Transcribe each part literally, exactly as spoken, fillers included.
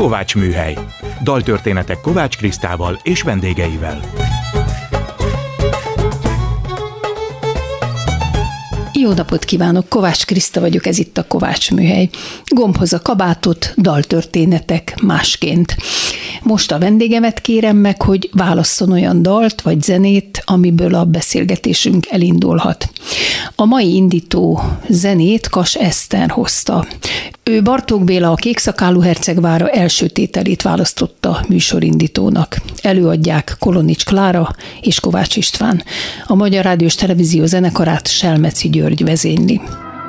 Kovács Műhely. Daltörténetek Kovács Krisztával és vendégeivel. Jó napot kívánok, Kovács Kriszta vagyok, ez itt a Kovács Műhely. Gombhoz a kabátot, daltörténetek másként. Most a vendégemet kérem meg, hogy válasszon olyan dalt vagy zenét, amiből a beszélgetésünk elindulhat. A mai indító zenét Kass Eszter hozta. Ő Bartók Béla, a Kékszakálú hercegvára első tételét választotta műsorindítónak. Előadják Kolonics Klára és Kovács István. A Magyar Rádió és Televízió zenekarát Selmeci György vezényli.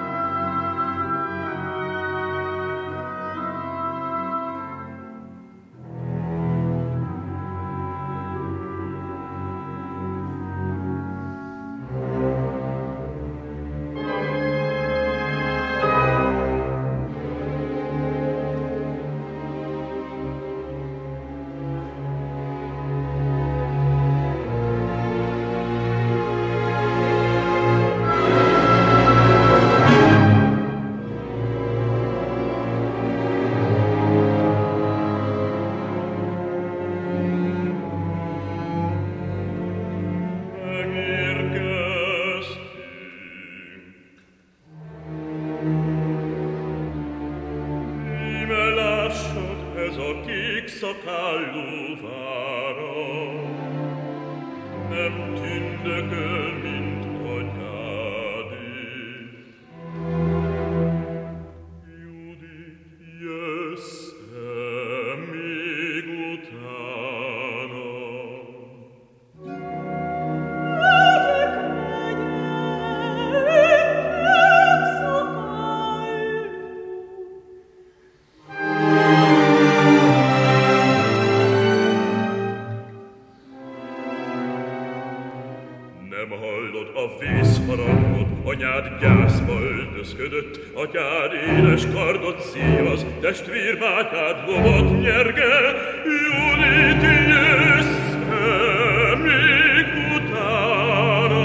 Atyád éles kardot szívasz, testvérmátyád lovat nyergel, Judit, jössz-e még utána?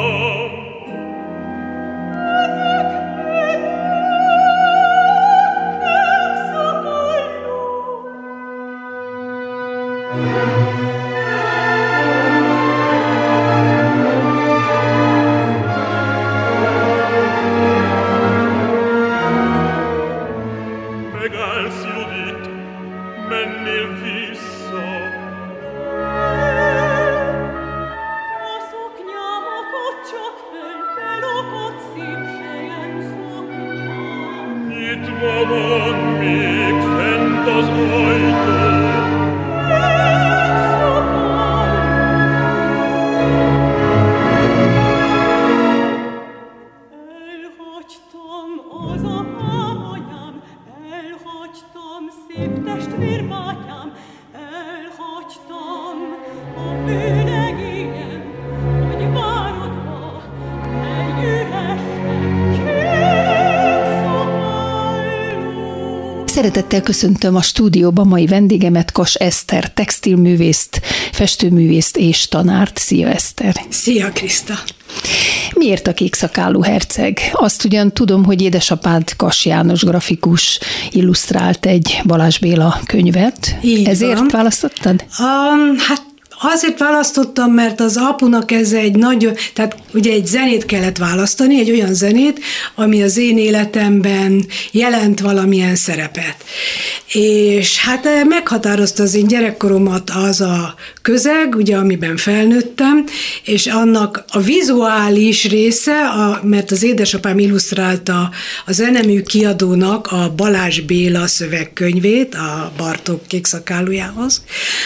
Szeretettel köszöntöm a stúdióban mai vendégemet, Kass Eszter, textilművészt, festőművészt és tanárt. Szia, Eszter! Szia, Kriszta! Miért a Kékszakálú herceg? Azt ugyan tudom, hogy édesapád, Kass János grafikus illusztrált egy Balázs Béla könyvet. Így Ezért van. választottad? Um, hát azért választottam, mert az apunak ez egy nagyon, tehát ugye egy zenét kellett választani, egy olyan zenét, ami az én életemben jelent valamilyen szerepet. És hát meghatározta az én gyerekkoromat az a közeg, ugye, amiben felnőttem, és annak a vizuális része, a, mert az édesapám illusztrálta a Zenemű kiadónak a Balázs Béla szövegkönyvét, a Bartók Kékszakálújához,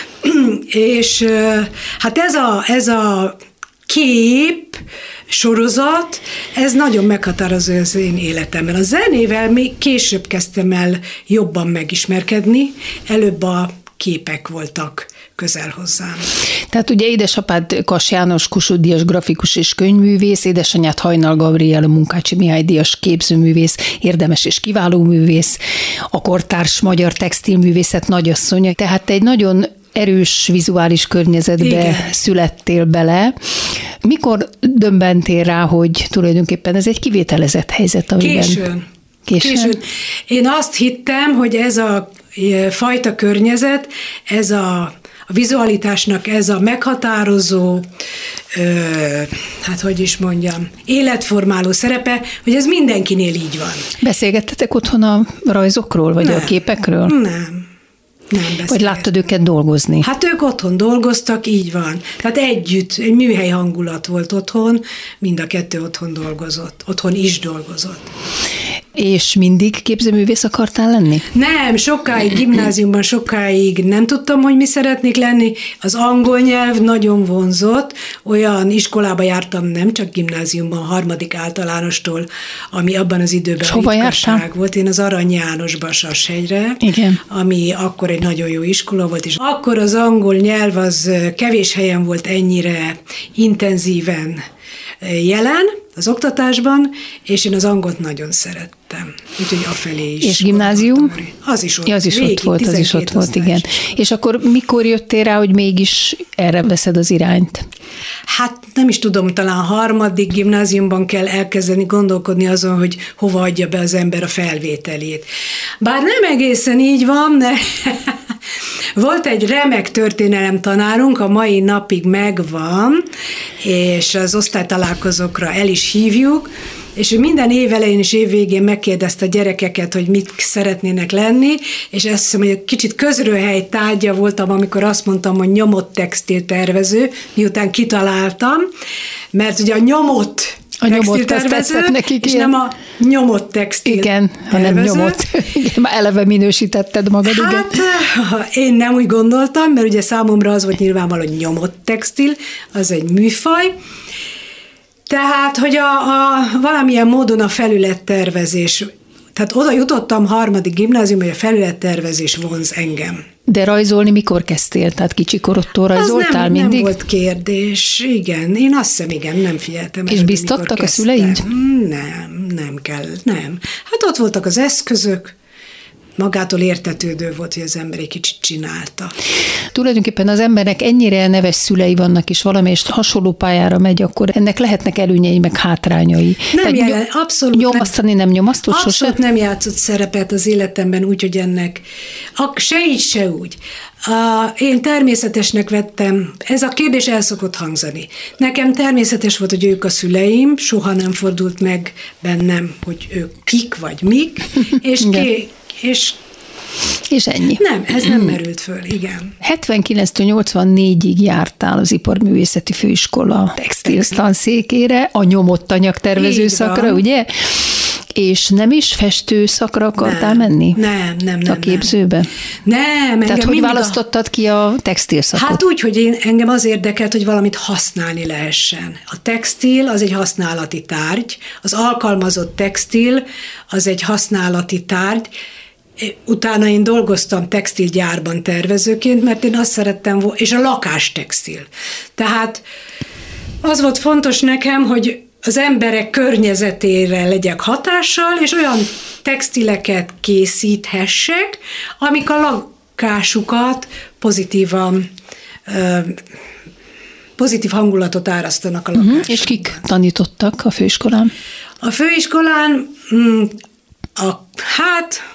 és hát ez a, ez a kép sorozat, ez nagyon meghatározó az én életemben. A zenével még később kezdtem el jobban megismerkedni, előbb a képek voltak közel hozzám. Tehát ugye édesapád Kass János Kossuth Díjas grafikus és könyvművész, édesanyád Hajnal Gabriella Munkácsi Mihály Díjas képzőművész, érdemes és kiváló művész, a kortárs magyar textilművészet nagyasszonya, tehát egy nagyon erős vizuális környezetbe Igen. születtél bele. Mikor döbbentél rá, hogy tulajdonképpen ez egy kivételezett helyzet? Amiben... Későn. Későn? Későn. Én azt hittem, hogy ez a fajta környezet, ez a A vizualitásnak ez a meghatározó, ö, hát hogy is mondjam, életformáló szerepe, hogy ez mindenkinél így van. Beszélgettetek otthon a rajzokról, vagy nem, a képekről? Nem. Nem vagy láttad őket dolgozni? Hát ők otthon dolgoztak, így van. Tehát együtt, egy műhely hangulat volt otthon, mind a kettő otthon dolgozott, otthon is dolgozott. És mindig képzőművész akartál lenni? Nem, sokáig, gimnáziumban sokáig nem tudtam, hogy mi szeretnék lenni. Az angol nyelv nagyon vonzott, olyan iskolába jártam, nem csak gimnáziumban, harmadik általánostól, ami abban az időben ritkaság volt. Én az Arany Jánosba, Sashegyre, igen, ami akkor egy nagyon jó iskola volt, és akkor az angol nyelv az kevés helyen volt ennyire intenzíven jelen az oktatásban, és én az angolt nagyon szerettem. Úgyhogy afelé is. És gimnázium? Az is ott, ja, az is ott volt, az is ott volt, igen. És akkor mikor jöttél rá, hogy mégis erre veszed az irányt? Hát nem is tudom, talán a harmadik gimnáziumban kell elkezdeni gondolkodni azon, hogy hova adja be az ember a felvételét. Bár nem egészen így van, de volt egy remek történelem tanárunk, a mai napig megvan, és az osztálytalálkozókra el is hívjuk, és ő minden év elején és év végén megkérdezte a gyerekeket, hogy mit szeretnének lenni, és azt hiszem, hogy egy kicsit közrőhely tárgya voltam, amikor azt mondtam, hogy nyomott textiltervező, miután kitaláltam, mert ugye a nyomott A nyomott, azt tetszett nekik, és ilyen. nem a nyomott textil Igen, hanem nyomott. Igen, már eleve minősítetted magad, hát, igen. Én nem úgy gondoltam, mert ugye számomra az volt nyilvánvaló, hogy nyomott textil, az egy műfaj. Tehát, hogy a, a, valamilyen módon a felülettervezés, tehát oda jutottam harmadik gimnáziumban, hogy a felülettervezés vonz engem. De rajzolni mikor kezdtél? Tehát kicsikorodtól rajzoltál nem, mindig? Nem volt kérdés, igen. Én azt hiszem, igen, nem figyeltem. És biztattak a szüleid? Nem, nem kell, nem. Hát ott voltak az eszközök, magától értetődő volt, hogy az ember egy kicsit csinálta. Tulajdonképpen az embernek ennyire neves szülei vannak, és valamelyest hasonló pályára megy, akkor ennek lehetnek előnyei, meg hátrányai. Nem jelen, abszolút nyomasztani nem, nem nyomasztott sose? Abszolút nem játszott szerepet az életemben úgy, hogy ennek se így, se úgy. Én természetesnek vettem, ez a kérdés el szokott hangzani. Nekem természetes volt, hogy ők a szüleim, soha nem fordult meg bennem, hogy ők kik vagy mik, és ké, és És ennyi. Nem, ez nem merült föl, igen. hetvenkilenctől nyolcvannégyig jártál az Iparművészeti Főiskola textil tanszékére, a nyomott anyagtervező szakra, ugye? És nem is festő szakra akartál nem, menni? Nem, nem, nem. A képzőbe? Nem. Tehát hogy választottad a... ki a textil szakot? Hát úgy, hogy én, engem az érdekelt, hogy valamit használni lehessen. A textil az egy használati tárgy, az alkalmazott textil az egy használati tárgy. Utána én dolgoztam textilgyárban tervezőként, mert én azt szerettem volna, és a lakástextil. Tehát az volt fontos nekem, hogy az emberek környezetére legyek hatással, és olyan textileket készíthessek, amik a lakásukat pozitívan, pozitív hangulatot árasztanak a lakásukban. Uh-huh. És kik tanítottak a főiskolán? A főiskolán, a, hát...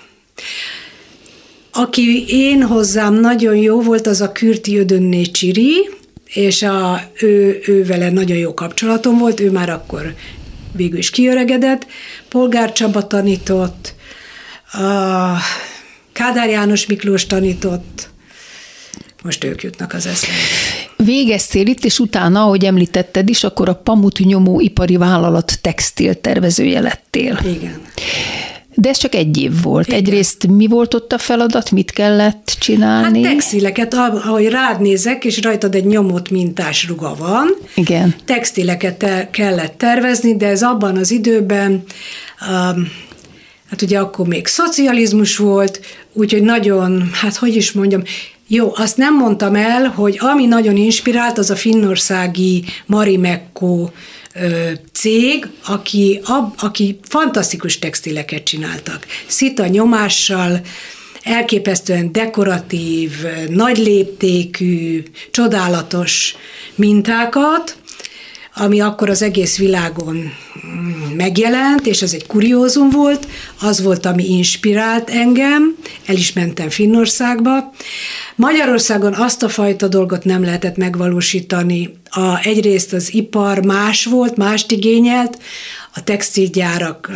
Aki én hozzám nagyon jó volt, az a Kürti Ödönné Csiri, és a, ő, ő vele nagyon jó kapcsolatom volt, ő már akkor végül is kiöregedett. Polgár Csaba tanított, a Kádár János Miklós tanított, most ők jutnak az eszembe. Végeztél itt, és utána, ahogy említetted is, akkor a Pamut Nyomó ipari vállalat textil tervezője lettél. Igen. De ez csak egy év volt. Igen. Egyrészt mi volt ott a feladat, mit kellett csinálni? Hát textileket, ahogy rád nézek, és rajtad egy nyomott mintás ruga van. Igen. Textileket te- kellett tervezni, de ez abban az időben, um, hát ugye akkor még szocializmus volt, úgyhogy nagyon, hát hogy is mondjam, jó, azt nem mondtam el, hogy ami nagyon inspirált, az a finnországi Marimekko cég, aki, ab, aki fantasztikus textileket csináltak. Szita nyomással, elképesztően dekoratív, nagy léptékű, csodálatos mintákat, ami akkor az egész világon megjelent, és ez egy kuriózum volt, az volt, ami inspirált engem, el is mentem Finnországba. Magyarországon azt a fajta dolgot nem lehetett megvalósítani. A, egyrészt az ipar más volt, mást igényelt, a textilgyárak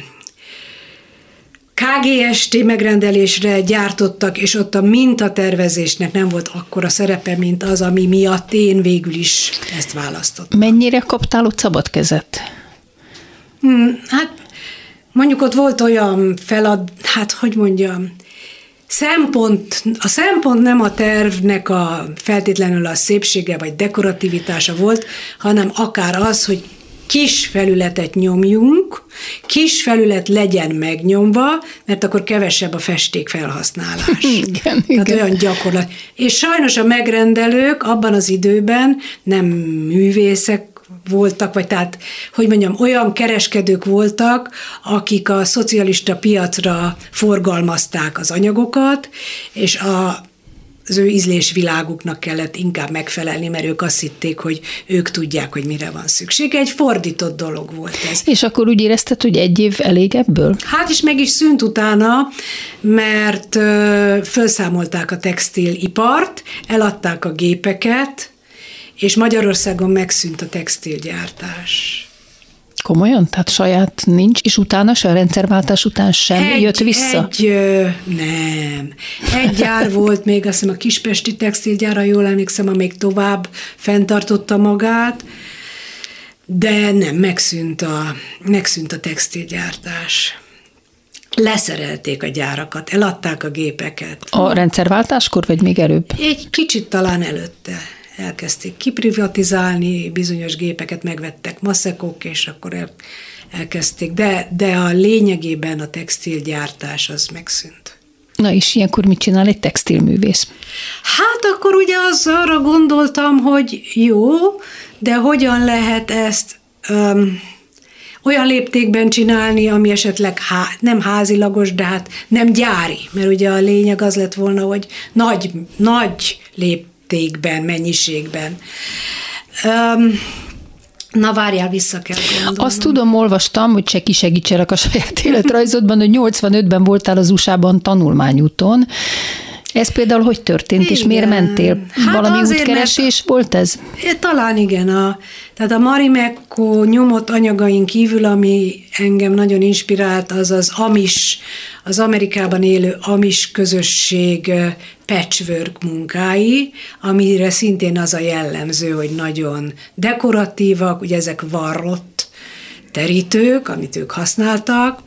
ká gé es té megrendelésre gyártottak, és ott a mintatervezésnek nem volt akkora szerepe, mint az, ami miatt én végül is ezt választottam. Mennyire kaptál ott szabad kezet? Hmm, hát mondjuk ott volt olyan felad, hát hogy mondjam, szempont, a szempont nem a tervnek a feltétlenül a szépsége vagy dekorativitása volt, hanem akár az, hogy kis felületet nyomjunk, kis felület legyen megnyomva, mert akkor kevesebb a festék felhasználás. Igen, Tehát igen. olyan gyakorlat. És sajnos a megrendelők abban az időben nem művészek voltak, vagy tehát, hogy mondjam, olyan kereskedők voltak, akik a szocialista piacra forgalmazták az anyagokat, és a az ő ízlésviláguknak kellett inkább megfelelni, mert ők azt hitték, hogy ők tudják, hogy mire van szükség. Egy fordított dolog volt ez. És akkor úgy érezted, hogy egy év elég ebből? Hát is meg is szűnt utána, mert ö, felszámolták a textilipart, eladták a gépeket, és Magyarországon megszűnt a textilgyártás. Komolyan? Tehát saját nincs, és utána se, a rendszerváltás után sem egy, jött vissza? Egy, ö, nem. Egy gyár volt még, azt hiszem a kispesti textilgyára, jól emlékszem, amíg tovább fenntartotta magát, de nem, megszűnt a, megszűnt a textilgyártás. Leszerelték a gyárakat, eladták a gépeket. A rendszerváltáskor, vagy még előbb? Egy kicsit talán előtte. Elkezdték kiprivatizálni, bizonyos gépeket megvettek maszekok, és akkor el, elkezdték. De, de a lényegében a textilgyártás az megszűnt. Na és ilyenkor mit csinál egy textilművész? Hát akkor ugye az arra gondoltam, hogy jó, de hogyan lehet ezt um, olyan léptékben csinálni, ami esetleg há, nem házilagos, de hát nem gyári. Mert ugye a lényeg az lett volna, hogy nagy, nagy lép mértékben, mennyiségben. Um, na várjál, vissza kell gondolnom. Azt tudom, olvastam, hogy se kisegítselek a saját életrajzodban, hogy nyolcvanötben voltál az u es á-ban tanulmányúton. Ez például hogy történt, igen. És miért mentél? Hát valami útkeresés volt ez? Talán igen. A, tehát a Marimekko nyomott anyagain kívül, ami engem nagyon inspirált, az az Amish, az Amerikában élő Amish közösség patchwork munkái, amire szintén az a jellemző, hogy nagyon dekoratívak, ugye ezek varrott terítők, amit ők használtak.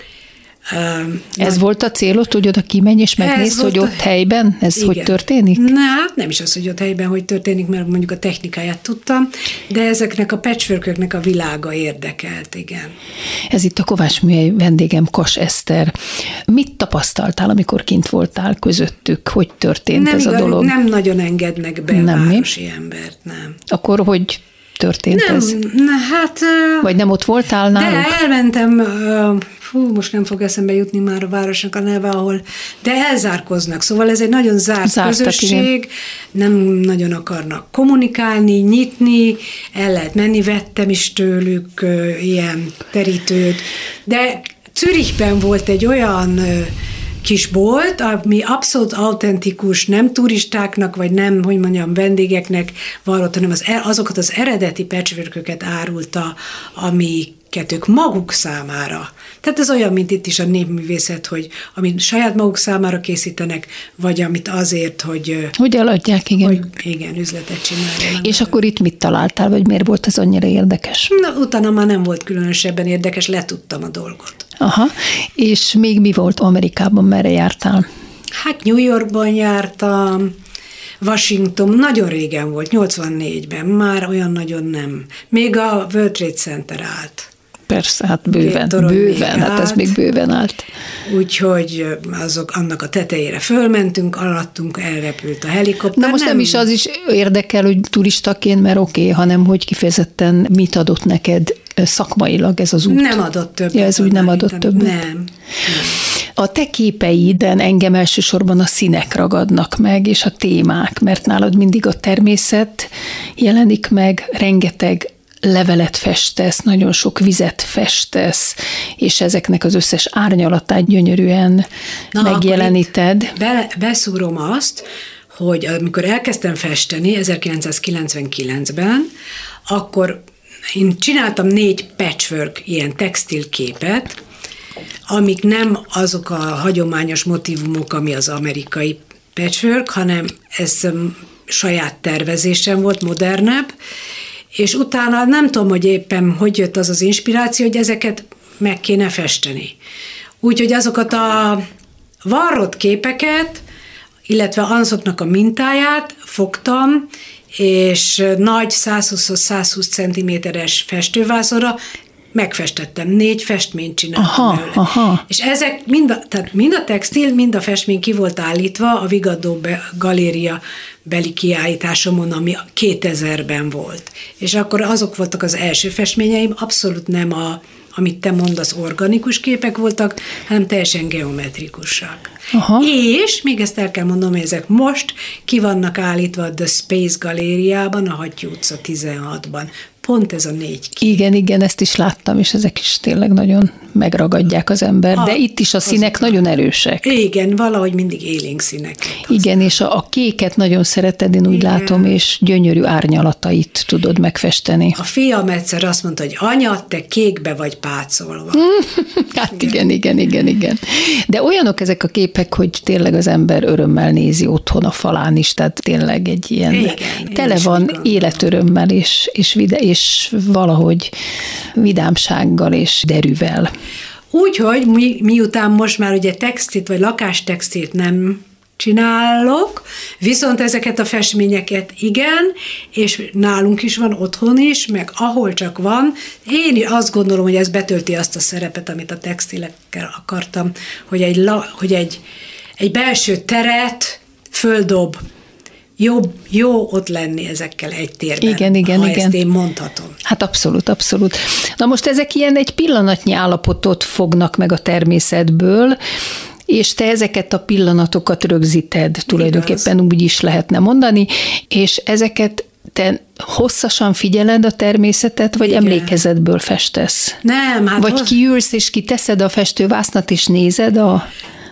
Ez Na, volt a célod, hogy oda kimenj és megnézd, hogy ott a... helyben ez igen. Hogy történik? Na, hát nem is az, hogy ott helyben hogy történik, mert mondjuk a technikáját tudtam, de ezeknek a patchworköknek a világa érdekelt, igen. Ez itt a Kovács Műhely vendégem, Kass Eszter. Mit tapasztaltál, amikor kint voltál közöttük? Hogy történt nem ez igaz, a dolog? Nem nagyon engednek be nem városi mi? embert, nem. Akkor hogy történt nem, ez? Na, hát... Vagy nem ott voltál náluk? De elmentem, fú, most nem fog eszembe jutni már a városnak a neve, ahol, de elzárkoznak. Szóval ez egy nagyon zárt Zártak, közösség, igen. Nem nagyon akarnak kommunikálni, nyitni, el lehet menni, vettem is tőlük ilyen terítőt. De Zürichben volt egy olyan kis bolt, ami abszolút autentikus, nem turistáknak, vagy nem, hogy mondjam, vendégeknek vallott, hanem az, azokat az eredeti patchworköket árulta, amiket ők maguk számára. Tehát ez olyan, mint itt is a népművészet, hogy amit saját maguk számára készítenek, vagy amit azért, hogy... Hogy eladják, igen. Hogy, igen, üzletet csináljanak. És akkor itt mit találtál, vagy miért volt ez annyira érdekes? Na, utána már nem volt különösebben érdekes, letudtam a dolgot. Aha, és még mi volt Amerikában, merre jártál? Hát New Yorkban jártam, Washington, nagyon régen volt, nyolcvannégyben, már olyan nagyon nem. Még a World Trade Center állt. Persze, hát bőven, bőven, hát ez még bőven állt. Úgyhogy azok, annak a tetejére fölmentünk, alattunk, elrepült a helikopter. Na most nem, nem is az is érdekel, hogy turistaként, mert oké, okay, hanem hogy kifejezetten mit adott neked szakmailag ez az út. Nem adott többet. Ja, ez úgy nem adott többet. Nem. nem. A te képeiden engem elsősorban a színek ragadnak meg, és a témák, mert nálad mindig a természet jelenik meg, rengeteg levelet festesz, nagyon sok vizet festesz, és ezeknek az összes árnyalatát gyönyörűen Na, megjeleníted. Be, beszúrom azt, hogy amikor elkezdtem festeni ezerkilencszázkilencvenkilencben, akkor én csináltam négy patchwork ilyen textilképet, amik nem azok a hagyományos motívumok, ami az amerikai patchwork, hanem ez saját tervezésem volt, modernebb, és utána nem tudom, hogy éppen hogy jött az az inspiráció, hogy ezeket meg kéne festeni. Úgyhogy azokat a varrott képeket, illetve azoknak a mintáját fogtam, és nagy százhúsz-százhúsz centiméteres festővászonra megfestettem, négy festményt csináltam aha, belőle. Aha. És ezek mind a, tehát mind a textil, mind a festmény ki volt állítva a Vigadó Galéria beli kiállításomon, ami kétezerben volt. És akkor azok voltak az első festményeim, abszolút nem a, amit te mondasz, organikus képek voltak, hanem teljesen geometrikusak. Aha. És még ezt el kell mondanom, hogy ezek most ki vannak állítva a The Space Galériában, a Hattyú utca tizenhatban. Pont ez a négy kép. Igen, igen, ezt is láttam, és ezek is tényleg nagyon megragadják az ember, de itt is a színek azok nagyon erősek. Igen, valahogy mindig élénk színek. Igen, és a, a kéket nagyon szereted, én úgy igen. látom, és gyönyörű árnyalatait tudod megfesteni. A fiam egyszer azt mondta, hogy anya, te kékbe vagy pácolva. Hát igen, igen, igen, igen. De olyanok ezek a képek, hogy tényleg az ember örömmel nézi otthon a falán is, tehát tényleg egy ilyen igen, tele van életörömmel és, és, vide, és valahogy vidámsággal és derűvel. Úgyhogy mi, miután most már ugye textilt vagy lakástextilt nem csinálok, viszont ezeket a festményeket igen, és nálunk is van otthon is, meg ahol csak van. Én azt gondolom, hogy ez betölti azt a szerepet, amit a textilekkel akartam, hogy egy, hogy egy, egy belső teret földob. Jobb, jó ott lenni ezekkel egy térben, igen, igen, ha igen. ezt én mondhatom. Hát abszolút, abszolút. Na most ezek ilyen egy pillanatnyi állapotot fognak meg a természetből, és te ezeket a pillanatokat rögzíted, tulajdonképpen igaz. Úgy is lehetne mondani, és ezeket te hosszasan figyeled a természetet, vagy igen. emlékezetből festesz? Nem, hát... Vagy kiülsz, és kiteszed a festővásznat, és nézed a...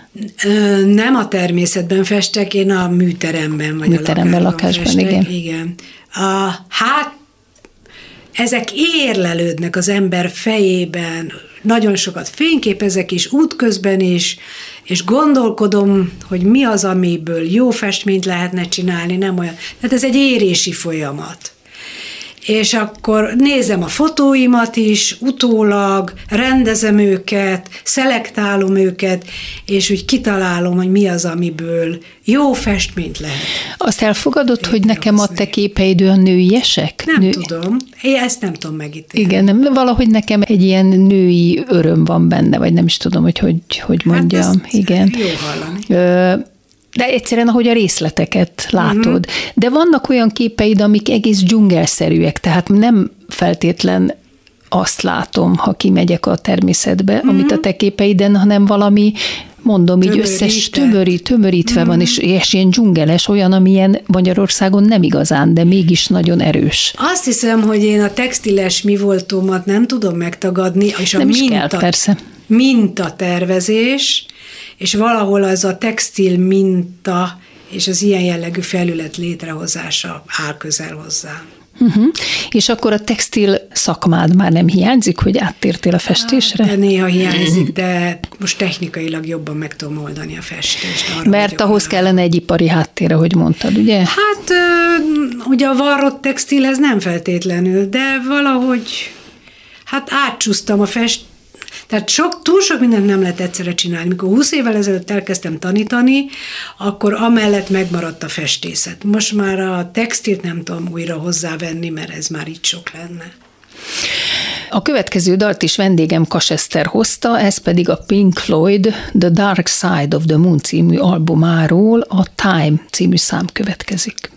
Nem a természetben festek, én a műteremben vagy műteremben, a lakásban, festek, igen. igen. A, hát ezek érlelődnek az ember fejében, nagyon sokat fényképezek is, útközben is, és gondolkodom, hogy mi az, amiből jó festményt lehetne csinálni, nem olyan. Tehát ez egy érési folyamat. És akkor nézem a fotóimat is, utólag rendezem őket, szelektálom őket, és úgy kitalálom, hogy mi az, amiből jó festményt lehet. Azt elfogadod, hogy nekem a te képeid olyan nőiesek? Nem Nő... tudom. Én ezt nem tudom megítélni. Igen, nem, valahogy nekem egy ilyen női öröm van benne, vagy nem is tudom, hogy hogy, hogy mondjam. Hát igen. Jó hallani. Ö, De egyszerűen, ahogy a részleteket látod. Uh-huh. De vannak olyan képeid, amik egész dzsungelszerűek, tehát nem feltétlen azt látom, ha kimegyek a természetbe, uh-huh. amit a te képeiden, hanem valami, mondom, így összes tömöri, tömörítve uh-huh. van, és, és ilyen dzsungeles, olyan, amilyen Magyarországon nem igazán, de mégis nagyon erős. Azt hiszem, hogy én a textiles mi voltómat nem tudom megtagadni, és a nem is minta, kell, persze. mintatervezés, és valahol az a textil minta és az ilyen jellegű felület létrehozása áll közel hozzá. Uh-huh. És akkor a textil szakmád már nem hiányzik, hogy áttértél a festésre? Hát, de néha hiányzik, de most technikailag jobban meg tudom oldani a festést. Mert ahhoz rá. Kellene egy ipari háttérre, hogy mondtad, ugye? Hát ugye a varrott textilhez nem feltétlenül, de valahogy hát átcsúsztam a fest. Tehát sok, túl sok mindent nem lehet egyszerre csinálni. Mikor húsz évvel ezelőtt elkezdtem tanítani, akkor amellett megmaradt a festészet. Most már a textilt nem tudom újra hozzávenni, mert ez már így sok lenne. A következő dalt is vendégem Kass Eszter hozta, ez pedig a Pink Floyd The Dark Side of the Moon című albumáról a Time című szám következik.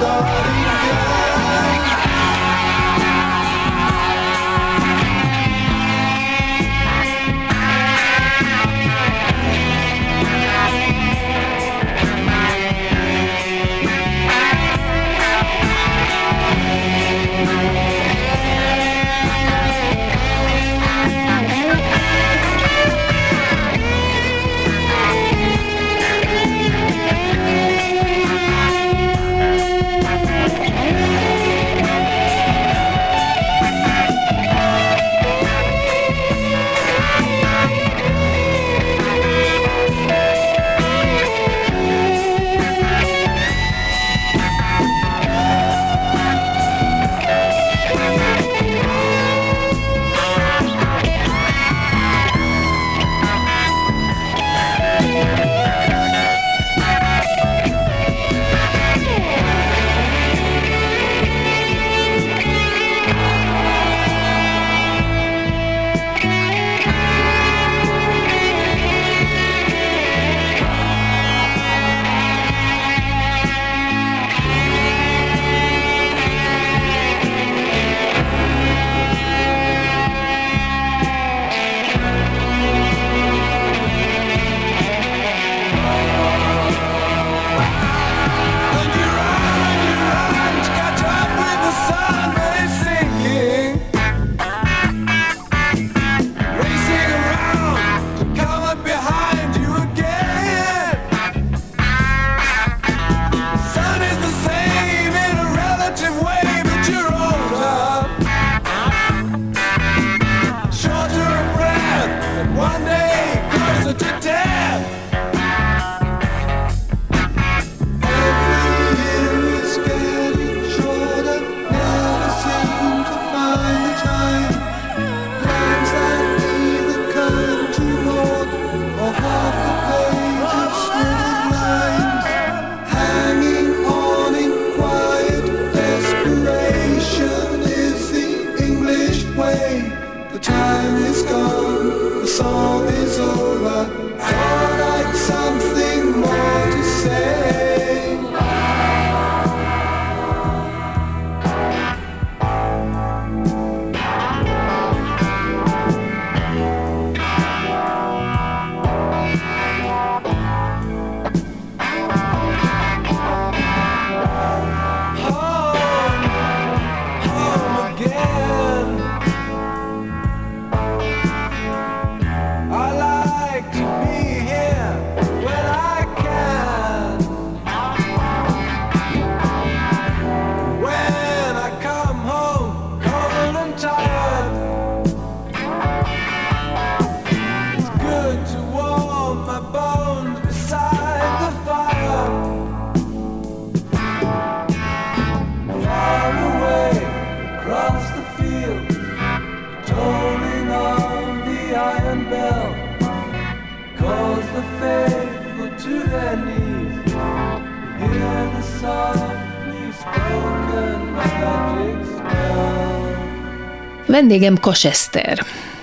Vendégem Kass Eszter.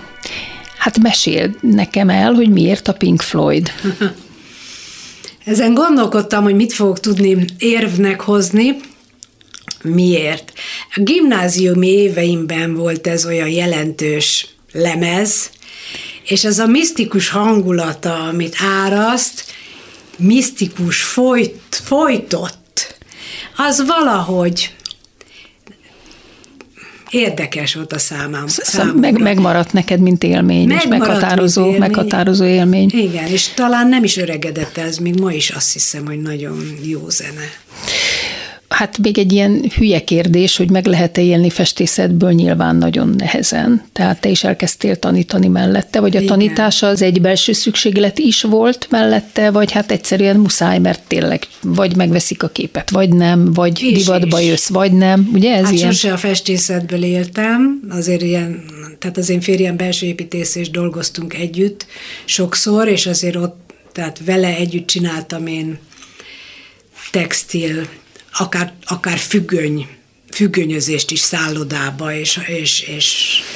Hát meséld nekem el, hogy miért a Pink Floyd. Ezen gondolkodtam, hogy mit fogok tudni érvnek hozni. Miért? A gimnáziumi éveimben volt ez olyan jelentős lemez, és ez a misztikus hangulata, amit áraszt, misztikus, folyt, folytott, az valahogy érdekes volt a számám. Szóval meg, megmaradt neked, mint élmény, megmaradt, és meghatározó, élmény. meghatározó élmény. Igen, és talán nem is öregedett ez, még ma is azt hiszem, hogy nagyon jó zene. Hát még egy ilyen hülye kérdés, hogy meg lehet-e élni festészetből, nyilván nagyon nehezen. Tehát te is elkezdtél tanítani mellette, vagy a Igen. tanítása az egy belső szükséglet is volt mellette, vagy hát egyszerűen muszáj, mert tényleg vagy megveszik a képet, vagy nem, vagy és divatba is. jössz, vagy nem. Ugye ez hát ilyen? Sose a festészetből éltem, azért ilyen, tehát az én férjem belső építész, és dolgoztunk együtt sokszor, és azért ott, tehát vele együtt csináltam én textil, akár, akár függöny, függönyözést is szállodába, és, és, és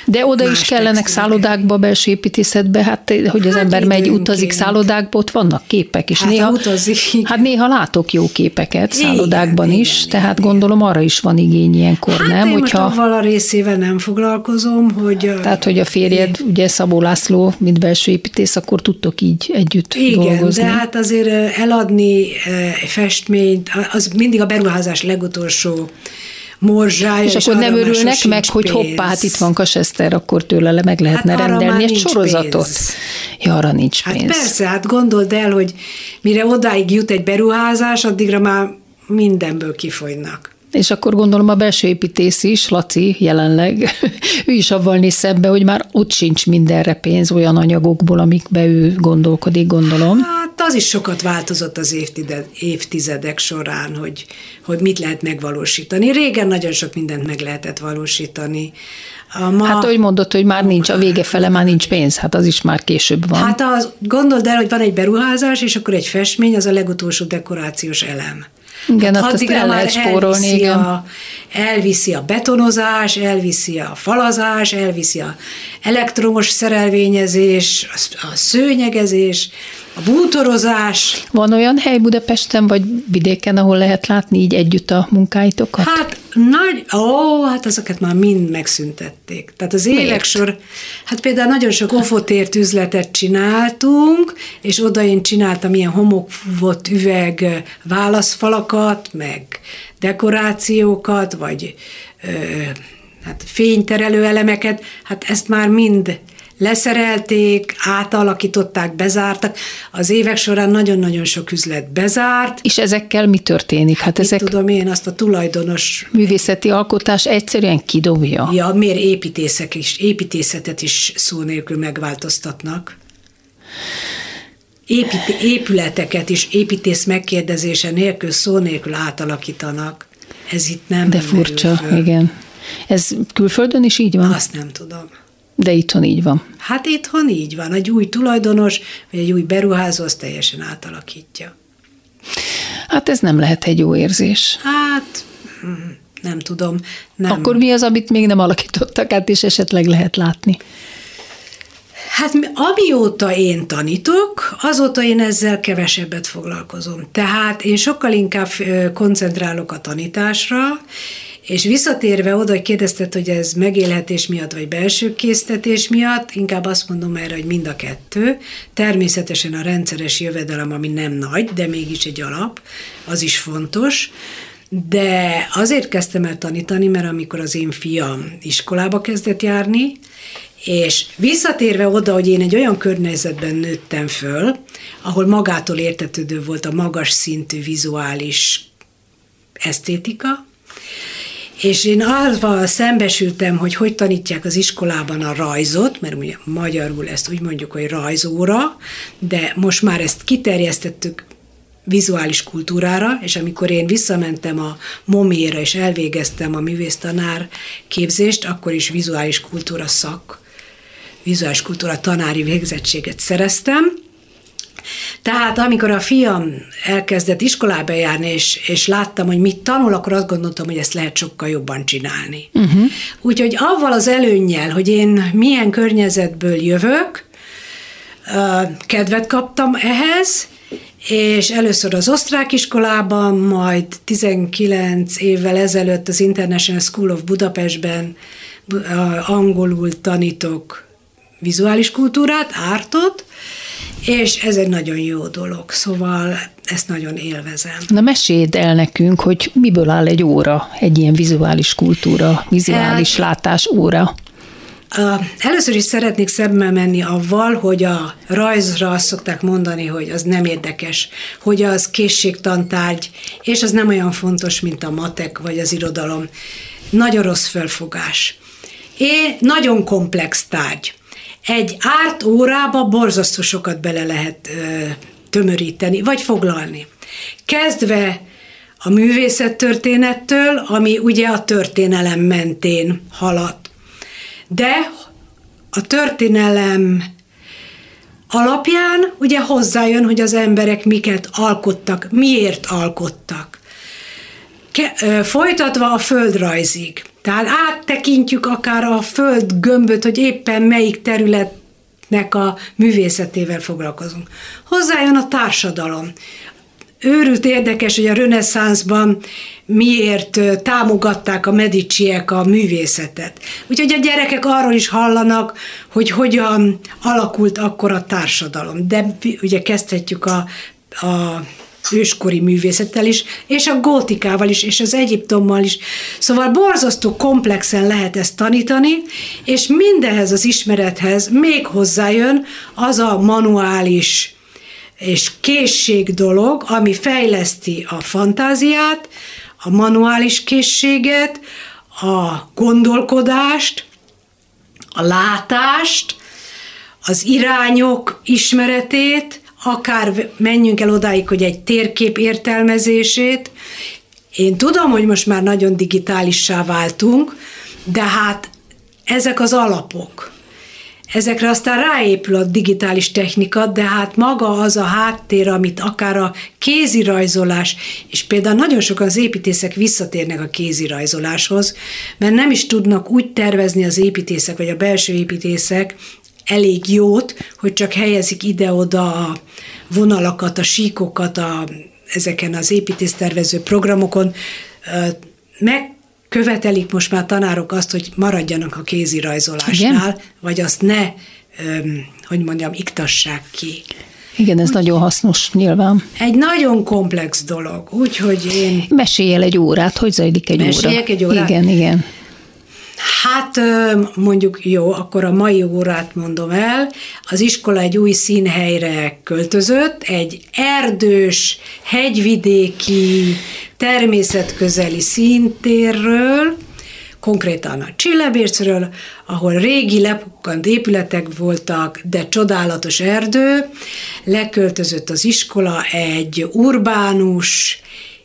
De oda más is kellenek textileket. szállodákba, belső építészetbe, hát hogy az Hát ember megy, időnként. utazik szállodákba, ott vannak képek, és Hát, néha, ha utazik. hát néha látok jó képeket Igen, szállodákban igen, is, igen, tehát igen. gondolom arra is van igény ilyenkor, Hát nem? én most Hogyha, avval a részével nem foglalkozom, hogy... tehát, hogy a férjed, ugye Szabó László, mint belső építész, akkor tudtok így együtt Igen, dolgozni. de hát azért eladni festményt, az mindig a beruházás legutolsó morzsája. És akkor nem arra már örülnek sosincs meg, hogy pénz. hoppá, hát itt van Kaseszter, akkor tőle le meg lehetne Hát arra rendelni már egy nincs sorozatot. pénz. Ja, arra nincs Hát pénz. persze, hát gondold el, hogy mire odáig jut egy beruházás, addigra már mindenből kifogynak. És akkor gondolom a belső építész is, Laci jelenleg, ő is avval néz szembe, hogy már ott sincs mindenre pénz olyan anyagokból, amikbe ő gondolkodik, gondolom. Hát az is sokat változott az évtized, évtizedek során, hogy, hogy mit lehet megvalósítani. Régen nagyon sok mindent meg lehetett valósítani. A ma, Hát, hogy mondod, hogy már nincs, a vége fele már nincs pénz, hát az is már később van. Hát az, gondold el, hogy van egy beruházás, és akkor egy festmény, az a legutolsó dekorációs elem. Igen, hát azt addigra el már lehet spórolni, elviszi igen. A, elviszi a betonozás, elviszi a falazás, elviszi a elektromos szerelvényezés, a szőnyegezés, a bútorozás. Van olyan hely Budapesten, vagy vidéken, ahol lehet látni így együtt a munkáitokat? Hát nagy, ó, hát azokat már mind megszüntették. Tehát az évek Miért? sor, hát például nagyon sok ofotért üzletet csináltunk, és oda én csináltam ilyen homokvott üveg válaszfalakat, meg dekorációkat, vagy ö, hát fényterelő elemeket, hát ezt már mind leszerelték, átalakították, bezártak. Az évek során nagyon-nagyon sok üzlet bezárt. És ezekkel mi történik? Hát Mit ezek tudom én, azt a tulajdonos, művészeti alkotás egyszerűen kidobja. ja, miért építészek is, építészetet is szó nélkül megváltoztatnak. Épít, épületeket is építész megkérdezése nélkül, szó nélkül átalakítanak. Ez itt nem De merül furcsa, föl. igen. Ez külföldön is így van? Azt nem tudom. De itthon így van. Hát itthon így van. Egy új tulajdonos, vagy egy új beruházó, az teljesen átalakítja. Hát ez nem lehet egy jó érzés. Hát, hm, nem tudom. Nem. Akkor mi az, amit még nem alakítottak át, és esetleg lehet látni? Hát amióta én tanítok, azóta én ezzel kevesebbet foglalkozom. Tehát én sokkal inkább koncentrálok a tanításra, és visszatérve oda, hogy kérdezted, hogy ez megélhetés miatt, vagy belső késztetés miatt, inkább azt mondom erre, hogy mind a kettő. Természetesen a rendszeres jövedelem, ami nem nagy, de mégis egy alap, az is fontos. De azért kezdtem el tanítani, mert amikor az én fiam iskolába kezdett járni, és visszatérve oda, hogy én egy olyan környezetben nőttem föl, ahol magától értetődő volt a magas szintű vizuális esztétika, és én azzal szembesültem, hogy hogy tanítják az iskolában a rajzot, mert ugye magyarul ezt úgy mondjuk, hogy rajzóra, de most már ezt kiterjesztettük vizuális kultúrára, és amikor én visszamentem a moméra, és elvégeztem a művésztanár képzést, akkor is vizuális kultúra szak, vizuális kultúra tanári végzettséget szereztem. Tehát amikor a fiam elkezdett iskolába járni, és, és láttam, hogy mit tanul, akkor azt gondoltam, hogy ezt lehet sokkal jobban csinálni. Uh-huh. Úgyhogy avval az előnnyel, hogy én milyen környezetből jövök, kedvet kaptam ehhez, és először az osztrák iskolában, majd tizenkilenc évvel ezelőtt az International School of Budapestben angolul tanítok vizuális kultúrát, ártot, és ez egy nagyon jó dolog, szóval ezt nagyon élvezem. Na meséld el nekünk, hogy miből áll egy óra, egy ilyen vizuális kultúra, vizuális El... látás óra. Először is szeretnék szembe menni avval, hogy a rajzra azt szokták mondani, hogy az nem érdekes, hogy az készségtantárgy, és az nem olyan fontos, mint a matek vagy az irodalom. Nagyon rossz felfogás. És nagyon komplex tárgy. Egy árt órába borzasztó sokat bele lehet ö, tömöríteni, vagy foglalni. Kezdve a művészettörténettől, ami ugye a történelem mentén halad. De a történelem alapján ugye hozzájön, hogy az emberek miket alkottak, miért alkottak. Ke- ö, folytatva a földrajzig. Tehát áttekintjük akár a föld gömböt, hogy éppen melyik területnek a művészetével foglalkozunk. Hozzájön a társadalom. Őrült érdekes, hogy a reneszánszban miért támogatták a Mediciek a művészetet. Úgyhogy a gyerekek arról is hallanak, hogy hogyan alakult akkor a társadalom. De ugye kezdhetjük a, a őskori művészettel is, és a gótikával is, és az Egyiptommal is. Szóval borzasztó komplexen lehet ezt tanítani, és mindenhez az ismerethez még hozzájön az a manuális és készség dolog, ami fejleszti a fantáziát, a manuális készséget, a gondolkodást, a látást, az irányok ismeretét, akár menjünk el odáig, hogy egy térkép értelmezését. Én tudom, hogy most már nagyon digitálissá váltunk, de hát ezek az alapok. Ezekre aztán ráépül a digitális technika, de hát maga az a háttér, amit akár a kézirajzolás, és például nagyon sokan az építészek visszatérnek a kézirajzoláshoz, mert nem is tudnak úgy tervezni az építészek, vagy a belső építészek elég jót, hogy csak helyezik ide-oda a vonalakat, a síkokat a, ezeken az építésztervező programokon. Meg követelik most már tanárok azt, hogy maradjanak a kézirajzolásnál, igen? Vagy azt ne, öm, hogy mondjam, iktassák ki. Igen, ez úgy, nagyon hasznos nyilván. Egy nagyon komplex dolog, úgyhogy én... Mesélj el egy órát, hogy zajlik egy óra. Meséljek egy órát? Igen, igen. Hát mondjuk jó, akkor a mai órát mondom el. Az iskola egy új színhelyre költözött, egy erdős, hegyvidéki, természetközeli színtérről, konkrétan a Csillebércről, ahol régi lepukkant épületek voltak, de csodálatos erdő. Leköltözött az iskola egy urbánus,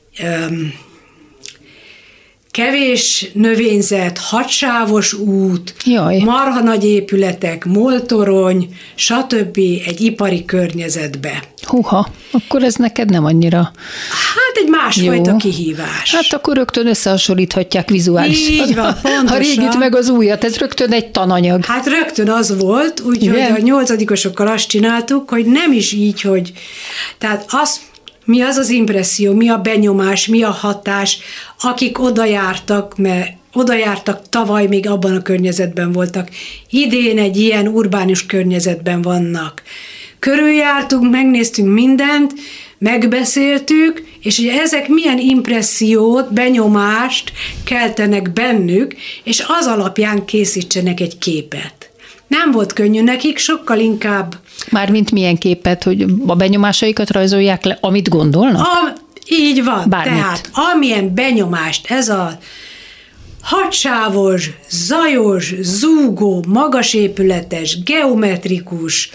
kevés növényzet, hatsávos út, Jaj. marha nagy épületek, moltorony, stb. Egy ipari környezetbe. Húha, akkor ez neked nem annyira... Hát egy másfajta Jó. kihívás. Hát akkor rögtön összehasonlíthatják vizuálisan. Így van, pontosan. A régit meg az újat, ez rögtön egy tananyag. Hát rögtön az volt, úgyhogy a nyolcadikosokkal azt csináltuk, hogy nem is így, hogy... Tehát az, mi az az impresszió, mi a benyomás, mi a hatás, akik oda jártak, mert oda jártak, tavaly még abban a környezetben voltak, idén egy ilyen urbánus környezetben vannak. Körüljártunk, megnéztünk mindent, megbeszéltük, és hogy ezek milyen impressziót, benyomást keltenek bennük, és az alapján készítsenek egy képet. Nem volt könnyű nekik, sokkal inkább... Mármint milyen képet, hogy a benyomásaikat rajzolják le, amit gondolnak? A, így van. Bármit. Tehát amilyen benyomást ez a hatsávos, zajos, zúgó, magasépületes, geometrikus,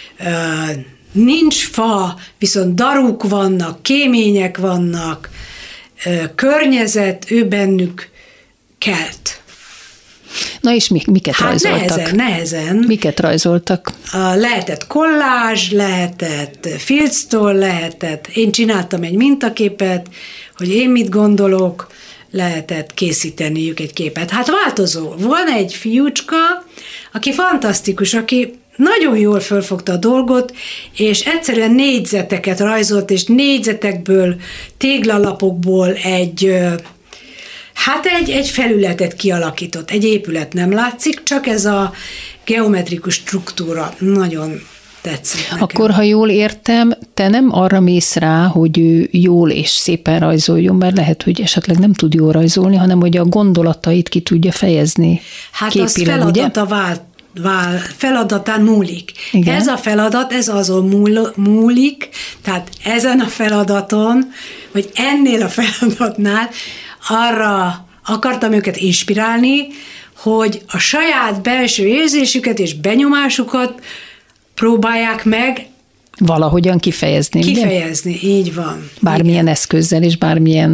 nincs fa, viszont daruk vannak, kémények vannak, környezet, ő bennük kelt. Na és mi, miket hát rajzoltak? nehezen, nehezen. Miket rajzoltak? Lehetett kollázs, lehetett filctól, lehetett. Én csináltam egy mintaképet, hogy én mit gondolok, lehetett készíteniük egy képet. Hát változó. Van egy fiúcska, aki fantasztikus, aki nagyon jól fölfogta a dolgot, és egyszerűen négyzeteket rajzolt, és négyzetekből, téglalapokból egy... Hát egy, egy felületet kialakított. Egy épület nem látszik, csak ez a geometrikus struktúra nagyon tetszik nekem. Akkor, ha jól értem, te nem arra mész rá, hogy ő jól és szépen rajzoljon, mert lehet, hogy esetleg nem tud jól rajzolni, hanem hogy a gondolatait ki tudja fejezni hát képileg, az feladata vált. Vál, feladatán múlik. Igen. Ez a feladat, ez azon múl, múlik, tehát ezen a feladaton, vagy ennél a feladatnál arra akartam őket inspirálni, hogy a saját belső érzésüket és benyomásukat próbálják meg valahogyan kifejezni. Kifejezni, ugye? Így van. Bármilyen Igen. eszközzel és bármilyen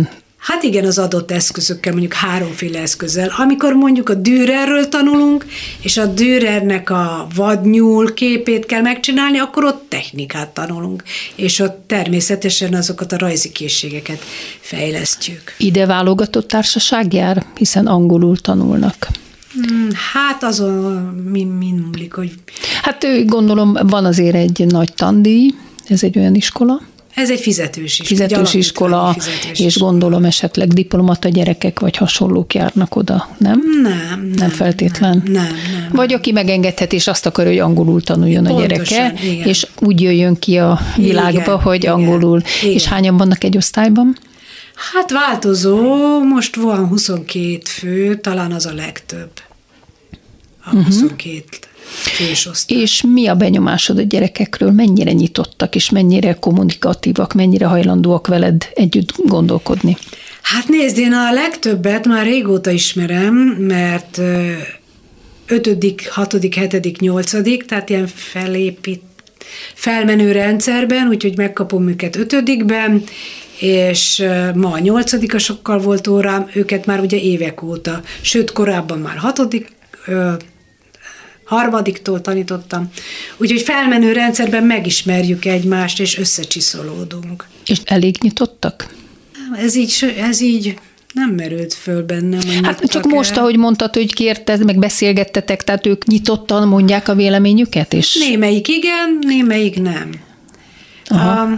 Hát igen, az adott eszközökkel, mondjuk háromféle eszközzel. Amikor mondjuk a Dürerről tanulunk, és a Dürernek a vadnyúl képét kell megcsinálni, akkor ott technikát tanulunk, és ott természetesen azokat a rajzi készségeket fejlesztjük. Ide válogatott társaság jár, hiszen angolul tanulnak. Hát azon mi, mi múlik, hogy... Hát gondolom van azért egy nagy tandíj, ez egy olyan iskola. Ez egy fizetős iskola. Fizetős iskola, fizetős és gondolom esetleg diplomata gyerekek, vagy hasonlók járnak oda, nem? Nem. Nem, nem feltétlen? Nem, nem, nem. Vagy aki megengedhet, és azt akarja, hogy angolul tanuljon Pontosan, a gyereke, igen. És úgy jöjjön ki a világba, igen, hogy igen, angolul. Igen. És hányan vannak egy osztályban? Hát változó, most van huszonkét fő, talán az a legtöbb. A uh-huh. huszonkét fős osztály. És mi a benyomásod a gyerekekről? Mennyire nyitottak, és mennyire kommunikatívak, mennyire hajlandóak veled együtt gondolkodni? Hát nézd, én a legtöbbet már régóta ismerem, mert ötödik, hatodik, hetedik, nyolcadik, tehát ilyen felépít, felmenő rendszerben, úgyhogy megkapom őket ötödikben, és ma a nyolcadikasokkal volt órám, őket már ugye évek óta, sőt korábban már hatodik, harmadiktól tanítottam. Úgyhogy felmenő rendszerben megismerjük egymást, és összecsiszolódunk. És elég nyitottak? Ez így, ez így nem merült föl bennem. Hát csak most, el. ahogy mondtad, hogy kérted, meg beszélgettetek, tehát ők nyitottan mondják a véleményüket? És... Némelyik igen, némelyik nem. A,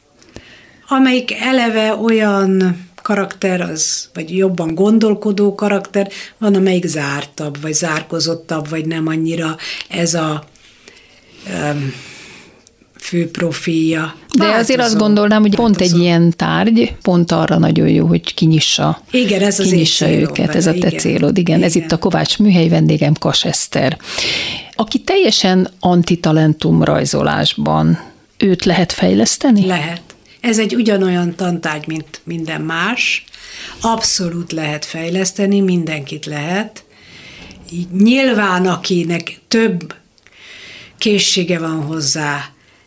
amelyik eleve olyan karakter, az, vagy jobban gondolkodó karakter, van, amelyik zártabb, vagy zárkozottabb, vagy nem annyira ez a um, fő profilja. De változó. Azért azt gondolnám, hogy pont változó. Egy ilyen tárgy, pont arra nagyon jó, hogy kinyissa, igen, ez kinyissa az őket, benne. Ez a te igen. célod. Igen, igen, ez itt a Kovács Műhely, vendégem Kass Eszter. Aki teljesen antitalentum rajzolásban, őt lehet fejleszteni? Lehet. Ez egy ugyanolyan tantárgy, mint minden más. Abszolút lehet fejleszteni, mindenkit lehet. Nyilván, akinek több készsége van hozzá,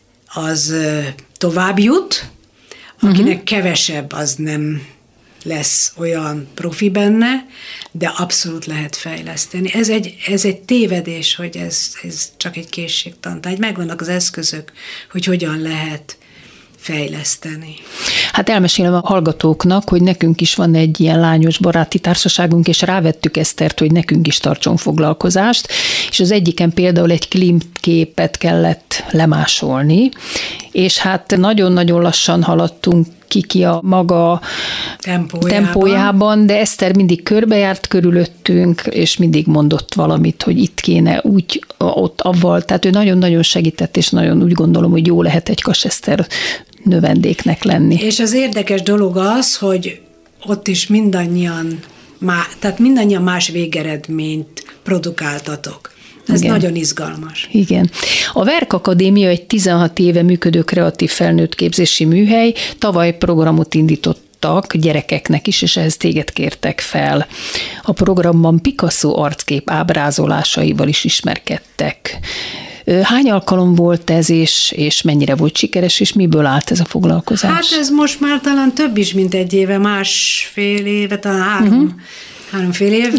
az tovább jut, akinek uh-huh. kevesebb, az nem lesz olyan profi benne, de abszolút lehet fejleszteni. Ez egy, ez egy tévedés, hogy ez, ez csak egy készségtantárgy. Megvannak az eszközök, hogy hogyan lehet fejleszteni. Hát elmesélem a hallgatóknak, hogy nekünk is van egy ilyen lányos baráti társaságunk, és rávettük Esztert, hogy nekünk is tartson foglalkozást, és az egyiken például egy Klimt képet kellett lemásolni, és hát nagyon-nagyon lassan haladtunk ki a maga tempójában. tempójában, de Eszter mindig körbejárt körülöttünk, és mindig mondott valamit, hogy itt kéne úgy, ott, avval, tehát ő nagyon-nagyon segített, és nagyon úgy gondolom, hogy jó lehet egy Kass Eszter növendéknek lenni. És az érdekes dolog az, hogy ott is mindannyian, má, tehát mindannyian más végeredményt produkáltatok. Ez igen. Nagyon izgalmas. Igen. A Verk Akadémia egy tizenhat éve működő kreatív felnőttképzési műhely, tavaly programot indítottak gyerekeknek is, és ehhez téged kértek fel. A programban Picasso arckép ábrázolásaival is ismerkedtek. Hány alkalom volt ez, és, és mennyire volt sikeres, és miből állt ez a foglalkozás? Hát ez most már talán több is, mint egy éve, másfél éve, talán három, uh-huh. háromfél év.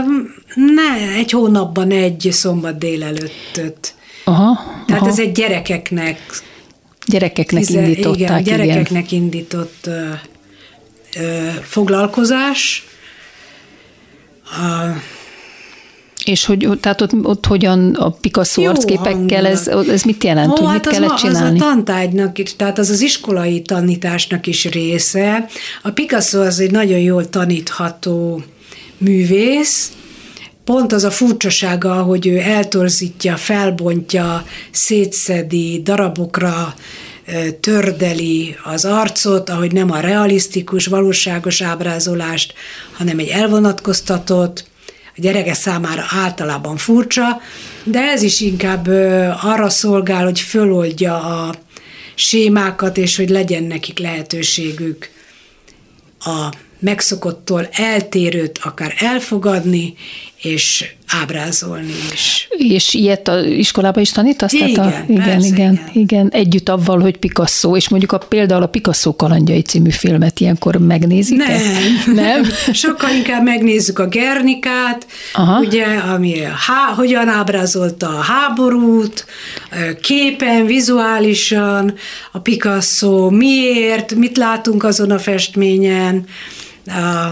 Ne, egy hónapban egy szombat délelőttöt. Aha, Tehát aha. ez egy gyerekeknek Gyerekeknek tize, indították, igen. Gyerekeknek igen. indított ö, ö, foglalkozás. A, És hogy tehát ott, ott hogyan a Picasso jó arcképekkel, ez, ez mit jelent, Ó, hogy hát mit kellett csinálni? Az a tantárgynak, tehát az az iskolai tanításnak is része. A Picasso az egy nagyon jól tanítható művész, pont az a furcsasága, hogy ő eltorzítja, felbontja, szétszedi, darabokra tördeli az arcot, ahogy nem a realisztikus, valóságos ábrázolást, hanem egy elvonatkoztatott, a gyereke számára általában furcsa, de ez is inkább arra szolgál, hogy föloldja a sémákat, és hogy legyen nekik lehetőségük a megszokottól eltérőt akar elfogadni, és ábrázolni is. És ilyet az iskolában is tanítasz? Igen, Tehát a, igen, persze, igen, igen. igen. Együtt avval, hogy Picasso, és mondjuk a, például a Picasso kalandjai című filmet ilyenkor megnézik? Nem, nem. Sokkal inkább megnézzük a Gernikát, Aha. ugye, ami há, hogyan ábrázolta a háborút, képen, vizuálisan, a Picasso miért, mit látunk azon a festményen, a,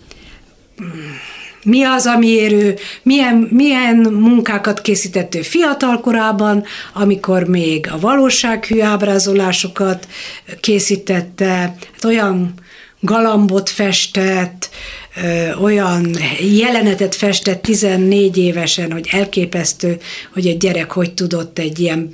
mi az, amiért ő, milyen, milyen munkákat készített ő fiatal korában, amikor még a valósághű ábrázolásokat készítette, hát olyan galambot festett, olyan jelenetet festett tizennégy évesen, hogy elképesztő, hogy egy gyerek hogy tudott egy ilyen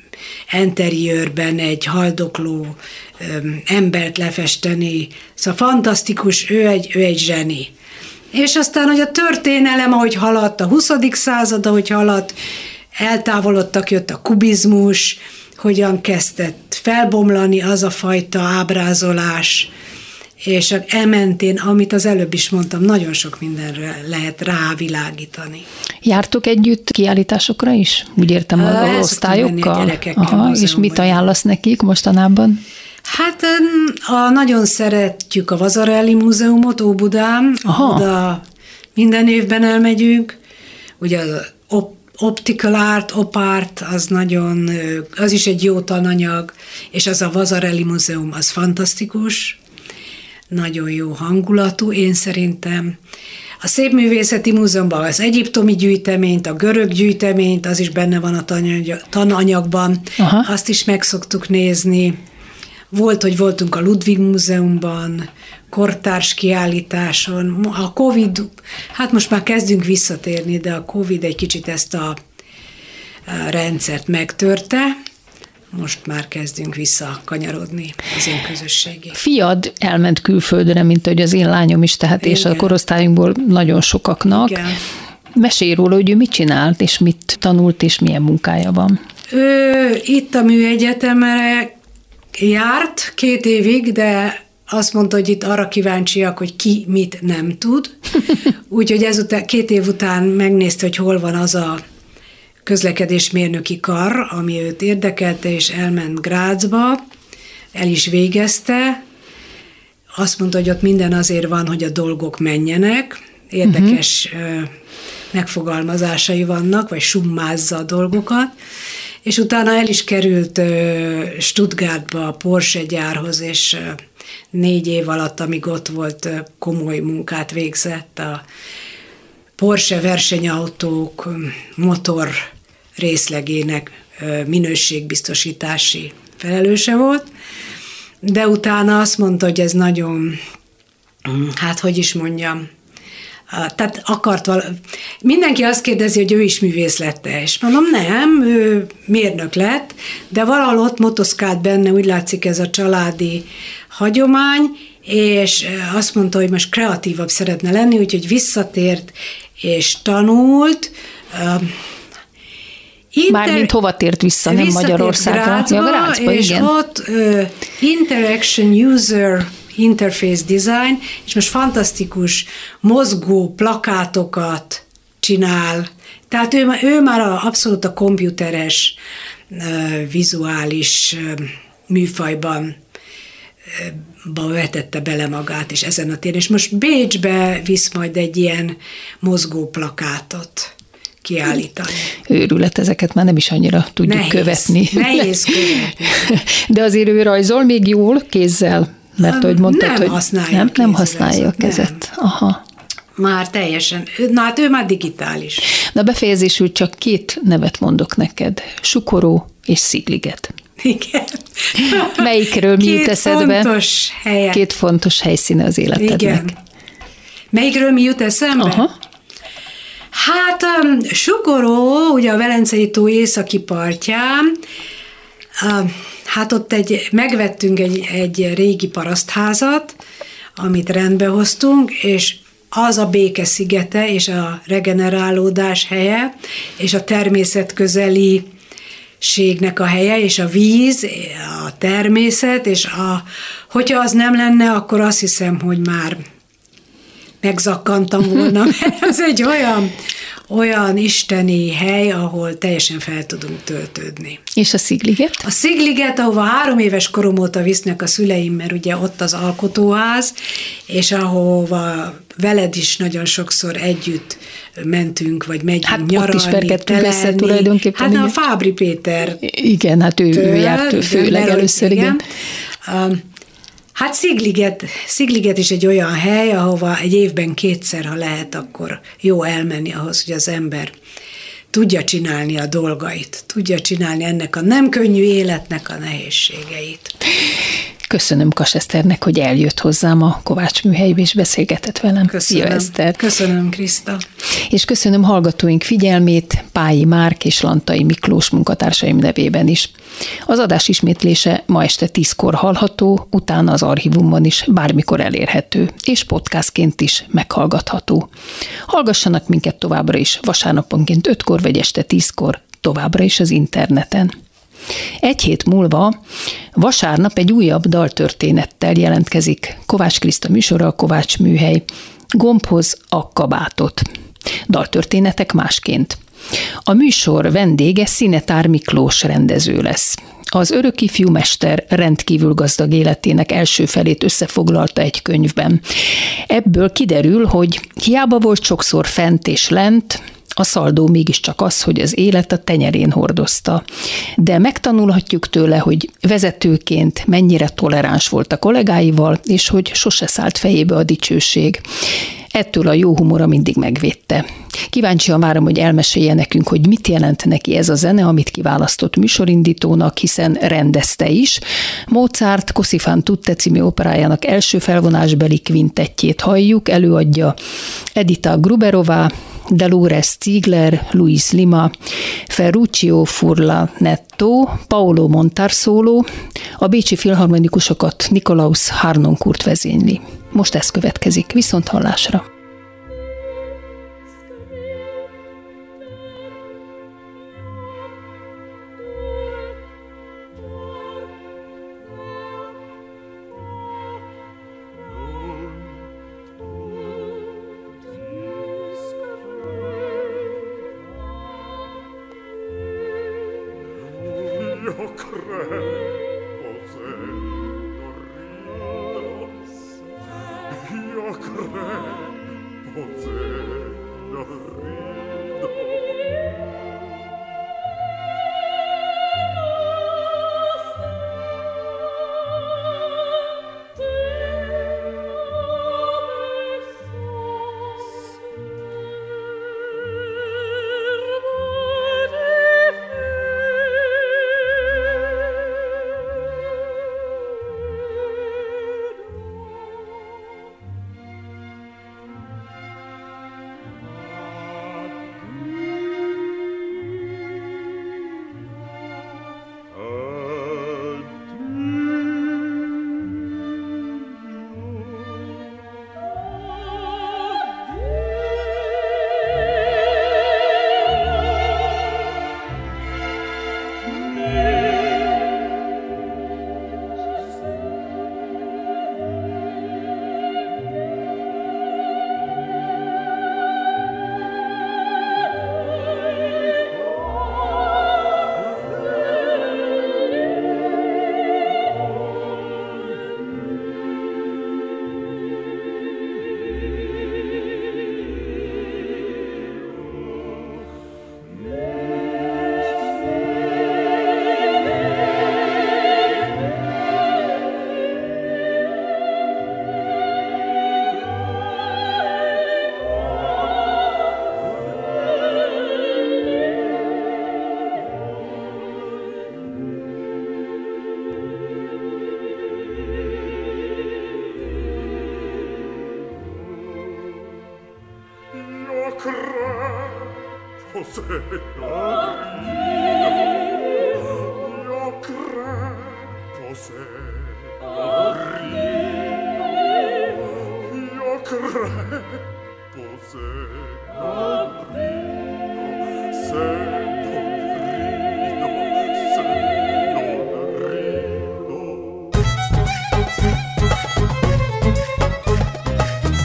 interiőrben egy haldokló embert lefesteni. Szóval fantasztikus, ő egy, ő egy zseni. És aztán, hogy a történelem, ahogy haladt, a huszadik század, ahogy haladt, eltávolodtak, jött a kubizmus, hogyan kezdett felbomlani az a fajta ábrázolás, és ementén, amit az előbb is mondtam, nagyon sok mindenre lehet rávilágítani. Jártok együtt kiállításokra is? Úgy értem, a osztályokkal? Aha, és mit ajánlasz nekik mostanában? Hát a, nagyon szeretjük a Vasarely Múzeumot Óbudán, oda minden évben elmegyünk, ugye az op, Optical Art, Opart, az nagyon, az is egy jó tananyag, és az a Vasarely Múzeum, az fantasztikus, nagyon jó hangulatú, én szerintem. A Szépművészeti Múzeumban az egyiptomi gyűjteményt, a görög gyűjteményt, az is benne van a tananyagban, aha. Azt is meg szoktuk nézni. Volt, hogy voltunk a Ludwig Múzeumban, kortárs kiállításon. A Covid, hát most már kezdünk visszatérni, de a Covid egy kicsit ezt a rendszert megtörte. Most már kezdünk visszakanyarodni az én közösségé. Fiad elment külföldre, mint ahogy az én lányom is, tehát igen. És a korosztályunkból nagyon sokaknak. Igen. Mesélj róla, hogy ő mit csinált, és mit tanult, és milyen munkája van. Ő itt a Műegyetemre járt két évig, de azt mondta, hogy itt arra kíváncsiak, hogy ki mit nem tud. Úgyhogy ezután, két év után megnézte, hogy hol van az a közlekedésmérnöki kar, ami őt érdekelte, és elment Grazba, el is végezte. Azt mondta, hogy ott minden azért van, hogy a dolgok menjenek. Érdekes uh-huh. megfogalmazásai vannak, vagy summázza a dolgokat. És utána el is került Stuttgartba a Porsche gyárhoz, és négy év alatt, amíg ott volt, komoly munkát végzett. A Porsche versenyautók motor részlegének minőségbiztosítási felelőse volt, de utána azt mondta, hogy ez nagyon, hát hogy is mondjam, tehát akart vala... Mindenki azt kérdezi, hogy ő is művész lett-e, és mondom, nem, ő mérnök lett, de valahol ott motoszkált benne, úgy látszik ez a családi hagyomány, és azt mondta, hogy most kreatívabb szeretne lenni, úgyhogy visszatért és tanult. Inter... Mármint hova tért vissza, nem Magyarországra? Grazba, ja, Grazba, és igen. Ott uh, Interaction User Interface Design, és most fantasztikus mozgó plakátokat csinál. Tehát ő, ő már a, abszolút a komputeres, uh, vizuális uh, műfajban uh, vetette bele magát, és ezen a téren. És most Bécsbe visz majd egy ilyen mozgó plakátot kiállítani. Őrület, ezeket már nem is annyira tudjuk nehéz, követni. Nehéz követni. De azért ő rajzol még jól kézzel? Mert ahogy mondtad, nem hogy használja nem, nem használja a kezet. Nem. Aha. Már teljesen. Na hát ő már digitális. Na befejezésül csak két nevet mondok neked. Sukoró és Szigliget. Igen. Melyikről mi jut eszedbe? Két fontos helye. Két fontos helyszíne az életednek. Igen. Melyikről mi jut eszembe? Aha. Hát um, Sukoró, ugye a Velencei tó északi partján, uh, hát ott egy, megvettünk egy, egy régi parasztházat, amit rendbe hoztunk, és az a béke szigete, és a regenerálódás helye, és a természetközeliségnek a helye, és a víz, a természet, és a, hogyha az nem lenne, akkor azt hiszem, hogy már megzakkantam volna, mert ez egy olyan, olyan isteni hely, ahol teljesen fel tudunk töltődni. És a Szigliget? A Szigliget, ahova három éves korom óta visznek a szüleim, mert ugye ott az alkotóház, és ahova veled is nagyon sokszor együtt mentünk, vagy megyünk hát nyaralni, ott is perkedtünk össze tulajdonképpen. Hát a Fábri Péter. Igen, hát ő, ő járt főleg először, igen. igen. Hát Szigliget, Szigliget is egy olyan hely, ahova egy évben kétszer, ha lehet, akkor jó elmenni ahhoz, hogy az ember tudja csinálni a dolgait, tudja csinálni ennek a nem könnyű életnek a nehézségeit. Köszönöm Kass Eszternek, hogy eljött hozzám a Kovács Műhelybe, és beszélgetett velem. Köszönöm. Szia, Eszter. Köszönöm, Kriszta. És köszönöm hallgatóink figyelmét Pályi Márk és Lantai Miklós munkatársaim nevében is. Az adás ismétlése ma este tízkor hallható, utána az archívumban is bármikor elérhető, és podcastként is meghallgatható. Hallgassanak minket továbbra is vasárnaponként ötkor vagy este tízkor, továbbra is az interneten. Egy hét múlva vasárnap egy újabb daltörténettel jelentkezik Kovács Kriszta műsora, a Kovács Műhely. Gombhoz a kabátot. Daltörténetek másként. A műsor vendége Szinetár Miklós rendező lesz. Az örök ifjú mester rendkívül gazdag életének első felét összefoglalta egy könyvben. Ebből kiderül, hogy hiába volt sokszor fent és lent, a szaldó mégiscsak az, hogy az élet a tenyerén hordozta. De megtanulhatjuk tőle, hogy vezetőként mennyire toleráns volt a kollégáival, és hogy sose szállt fejébe a dicsőség. Ettől a jó humora mindig megvédte. Kíváncsian várom, hogy elmesélje nekünk, hogy mit jelent neki ez a zene, amit kiválasztott műsorindítónak, hiszen rendezte is. Mozart Così fan tutte című operájának első felvonásbeli kvintettjét halljuk, előadja Edita Gruberová, Dolores Ziegler, Luis Lima, Ferruccio Furlanetto, Paolo Montarsoló, a bécsi filharmonikusokat Nikolaus Harnoncourt vezényli. Most ez következik, viszont hallásra.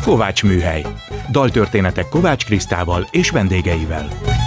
Kovács Műhely. Daltörténetek Kovács Krisztával és vendégeivel.